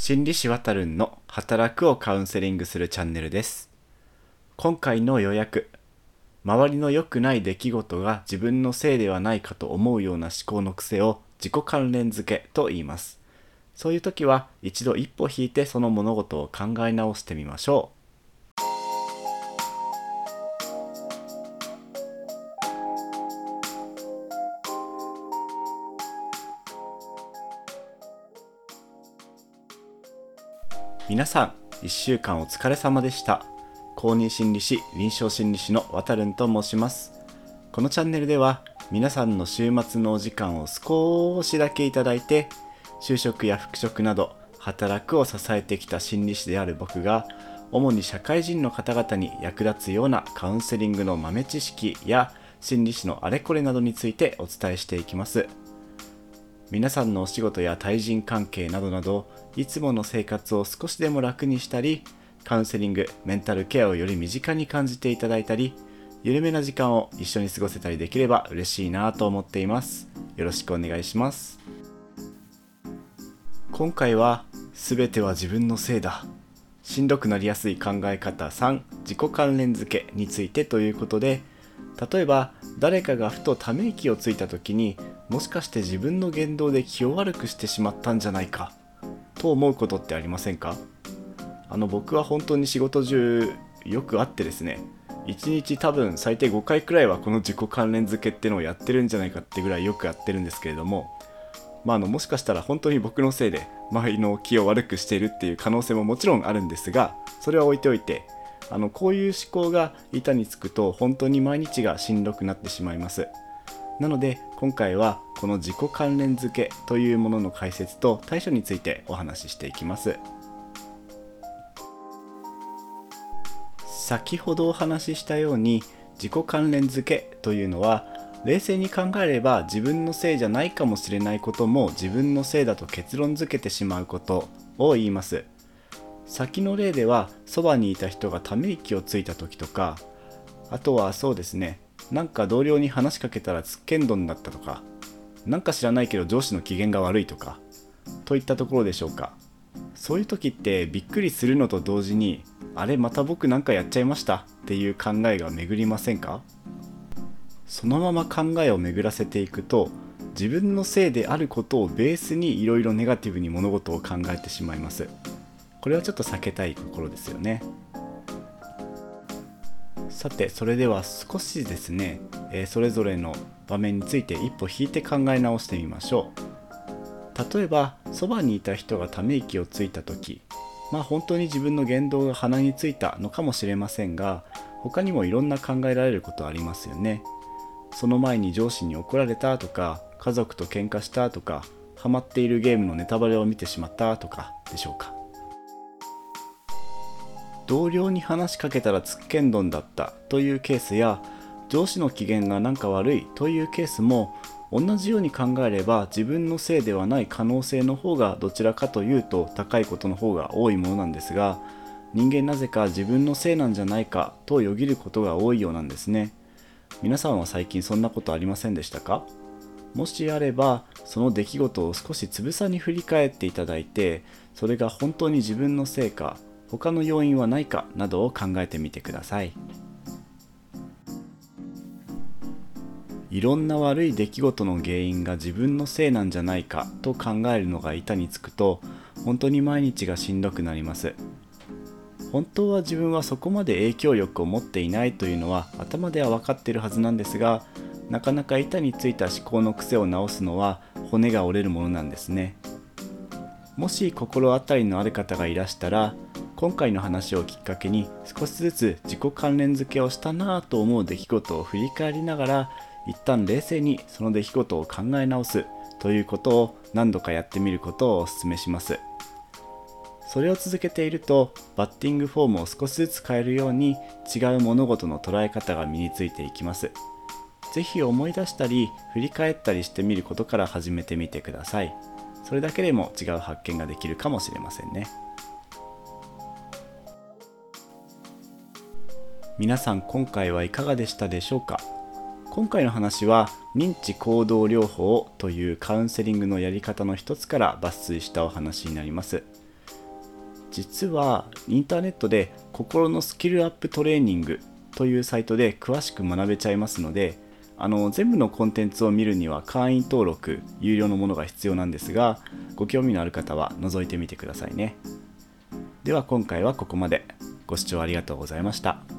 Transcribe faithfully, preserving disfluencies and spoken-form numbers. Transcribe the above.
心理師わたるんの働くをカウンセリングするチャンネルです。今回の要約、周りの良くない出来事が自分のせいではないかと思うような思考の癖を自己関連付けと言います。そういう時は一度一歩引いてその物事を考え直してみましょう。皆さん、いっしゅうかんお疲れ様でした。公認心理師、臨床心理師のわたるんと申します。このチャンネルでは、皆さんの週末のお時間を少しだけいただいて、就職や復職など、働くを支えてきた心理師である僕が、主に社会人の方々に役立つようなカウンセリングの豆知識や心理師のあれこれなどについてお伝えしていきます。皆さんのお仕事や対人関係などなど、いつもの生活を少しでも楽にしたり、カウンセリング、メンタルケアをより身近に感じていただいたり、緩めな時間を一緒に過ごせたりできれば嬉しいなと思っています。よろしくお願いします。今回は、すべては自分のせいだ。しんどくなりやすい考え方さん、自己関連付けについてということで、例えば誰かがふとため息をついた時に、もしかして自分の言動で気を悪くしてしまったんじゃないかと思うことってありませんか？あの僕は本当に仕事中よくあってですね、いちにち多分最低ごかいくらいはこの自己関連付けってのをやってるんじゃないかってぐらいよくやってるんですけれども、まあ、あのもしかしたら本当に僕のせいで周りの気を悪くしているっていう可能性ももちろんあるんですが、それは置いておいて、あのこういう思考が板につくと本当に毎日がしんどくなってしまいます。なので今回はこの自己関連付けというものの解説と対処についてお話ししていきます。先ほどお話ししたように、自己関連付けというのは冷静に考えれば自分のせいじゃないかもしれないことも自分のせいだと結論付けてしまうことを言います。先の例ではそばにいた人がため息をついた時とか、あとはそうですね、なんか同僚に話しかけたらつっけんどんだったとか、なんか知らないけど上司の機嫌が悪いとかといったところでしょうか。そういう時ってびっくりするのと同時に、あれまた僕なんかやっちゃいましたっていう考えが巡りませんか？そのまま考えを巡らせていくと、自分のせいであることをベースにいろいろネガティブに物事を考えてしまいます。これはちょっと避けたいところですよね。さて、それでは少しですね、えーそれぞれの場面について一歩引いて考え直してみましょう。例えばそばにいた人がため息をついた時、まあ本当に自分の言動が鼻についたのかもしれませんが、他にもいろんな考えられることありますよね。その前に上司に怒られたとか、家族と喧嘩したとか、ハマっているゲームのネタバレを見てしまったとかでしょうか。同僚に話しかけたらつっけんどんだったというケースや、上司の機嫌がなんか悪いというケースも、同じように考えれば自分のせいではない可能性の方がどちらかというと高いことの方が多いものなんですが、人間なぜか自分のせいなんじゃないかとよぎることが多いようなんですね。皆さんは最近そんなことありませんでしたか？もしあれば、その出来事を少しつぶさに振り返っていただいて、それが本当に自分のせいか、他の要因はないかなどを考えてみてください。いろんな悪い出来事の原因が自分のせいなんじゃないかと考えるのが板につくと、本当に毎日がしんどくなります。本当は自分はそこまで影響力を持っていないというのは頭では分かっているはずなんですが、なかなか板についた思考の癖を直すのは骨が折れるものなんですね。もし心当たりのある方がいらしたら、今回の話をきっかけに少しずつ自己関連付けをしたなぁと思う出来事を振り返りながら、一旦冷静にその出来事を考え直すということを何度かやってみることをお勧めします。それを続けていると、バッティングフォームを少しずつ変えるように違う物事の捉え方が身についていきます。ぜひ思い出したり振り返ったりしてみることから始めてみてください。それだけでも違う発見ができるかもしれませんね。皆さん、今回はいかがでしたでしょうか？今回の話は認知行動療法というカウンセリングのやり方の一つから抜粋したお話になります。 実はインターネットで心のスキルアップトレーニングというサイトで詳しく学べちゃいますので、あの全部のコンテンツを見るには会員登録有料のものが必要なんですが、ご興味のある方は覗いてみてくださいね。では今回はここまで。ご視聴ありがとうございました。